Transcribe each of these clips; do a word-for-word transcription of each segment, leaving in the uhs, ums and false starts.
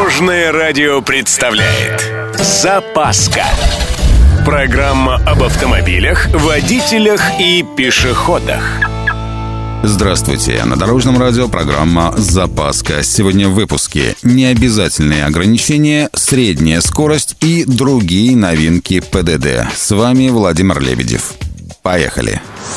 Дорожное радио представляет «Запаска». Программа об автомобилях, водителях и пешеходах. Здравствуйте, на Дорожном радио программа «Запаска». Сегодня в выпуске необязательные ограничения, средняя скорость и другие новинки ПДД. С вами Владимир Лебедев. Поехали!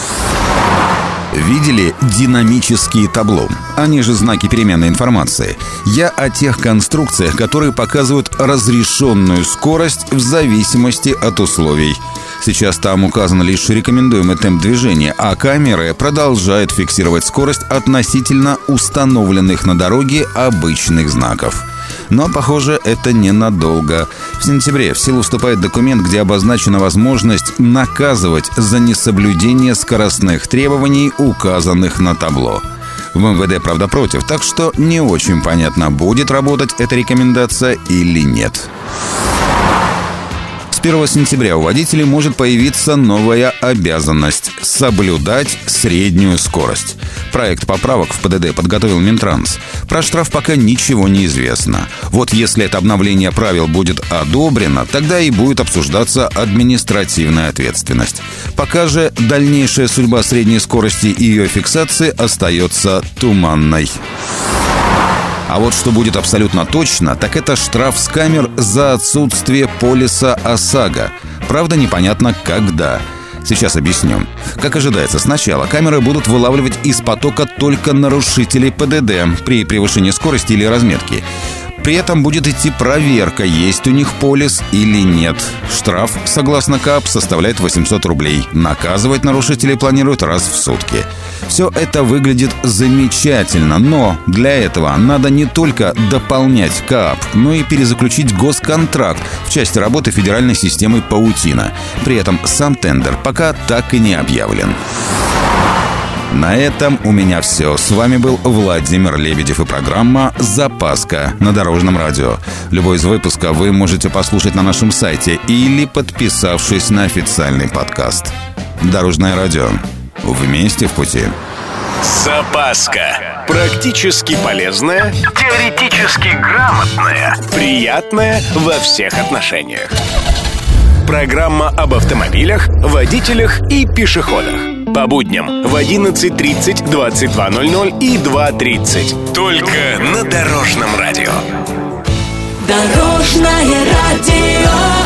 Видели динамические табло? Они же знаки переменной информации. Я о тех конструкциях, которые показывают разрешенную скорость в зависимости от условий. Сейчас там указан лишь рекомендуемый темп движения, а камеры продолжают фиксировать скорость относительно установленных на дороге обычных знаков. Но, похоже, это ненадолго. В сентябре в силу вступает документ, где обозначена возможность наказывать за несоблюдение скоростных требований, указанных на табло. В МВД, правда, против, так что не очень понятно, будет работать эта рекомендация или нет. С первого сентября у водителей может появиться новая обязанность – соблюдать среднюю скорость. Проект поправок в ПДД подготовил Минтранс. Про штраф пока ничего не известно. Вот если это обновление правил будет одобрено, тогда и будет обсуждаться административная ответственность. Пока же дальнейшая судьба средней скорости и ее фиксации остается туманной. А вот что будет абсолютно точно, так это штраф с камер за отсутствие полиса ОСАГО. Правда, непонятно когда. Сейчас объясню. Как ожидается, сначала камеры будут вылавливать из потока только нарушителей ПДД при превышении скорости или разметки. При этом будет идти проверка, есть у них полис или нет. Штраф, согласно КАП, составляет восемьсот рублей. Наказывать нарушителей планируют раз в сутки. Все это выглядит замечательно, но для этого надо не только дополнять КАП, но и перезаключить госконтракт в части работы федеральной системы «Паутина». При этом сам тендер пока так и не объявлен. На этом у меня все. С вами был Владимир Лебедев и программа «Запаска» на Дорожном радио. Любой из выпусков вы можете послушать на нашем сайте или подписавшись на официальный подкаст. Дорожное радио. Вместе в пути. «Запаска». Практически полезная, теоретически грамотная, приятная во всех отношениях. Программа об автомобилях, водителях и пешеходах. По будням в одиннадцать тридцать, двадцать два ноль ноль и два тридцать. Только на Дорожном радио. Дорожное радио.